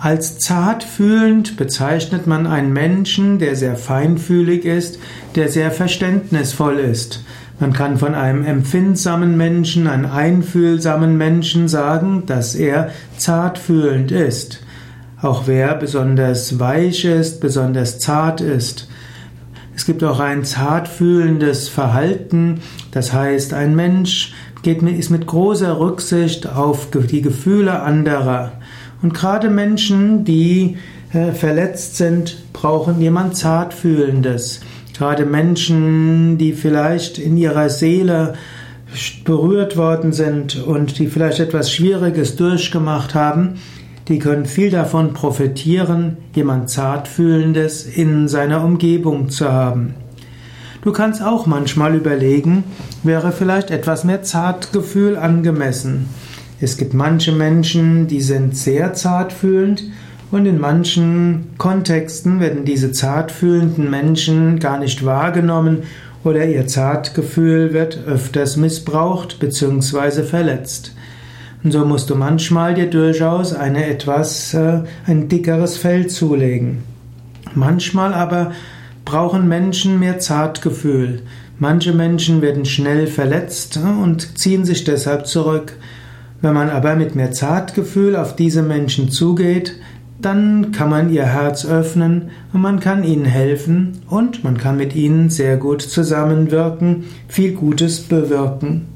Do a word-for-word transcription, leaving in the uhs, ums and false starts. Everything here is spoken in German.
Als zartfühlend bezeichnet man einen Menschen, der sehr feinfühlig ist, der sehr verständnisvoll ist. Man kann von einem empfindsamen Menschen, einem einfühlsamen Menschen sagen, dass er zartfühlend ist. Auch wer besonders weich ist, besonders zart ist. Es gibt auch ein zartfühlendes Verhalten, das heißt, ein Mensch geht mit, ist mit großer Rücksicht auf die Gefühle anderer. Und gerade Menschen, die äh, verletzt sind, brauchen jemand Zartfühlendes. Gerade Menschen, die vielleicht in ihrer Seele berührt worden sind und die vielleicht etwas Schwieriges durchgemacht haben, die können viel davon profitieren, jemand Zartfühlendes in seiner Umgebung zu haben. Du kannst auch manchmal überlegen, wäre vielleicht etwas mehr Zartgefühl angemessen. Es gibt manche Menschen, die sind sehr zartfühlend und in manchen Kontexten werden diese zartfühlenden Menschen gar nicht wahrgenommen oder ihr Zartgefühl wird öfters missbraucht bzw. verletzt. Und so musst du manchmal dir durchaus eine etwas, äh, ein dickeres Fell zulegen. Manchmal aber brauchen Menschen mehr Zartgefühl. Manche Menschen werden schnell verletzt und ziehen sich deshalb zurück. Wenn man aber mit mehr Zartgefühl auf diese Menschen zugeht, dann kann man ihr Herz öffnen und man kann ihnen helfen und man kann mit ihnen sehr gut zusammenwirken, viel Gutes bewirken.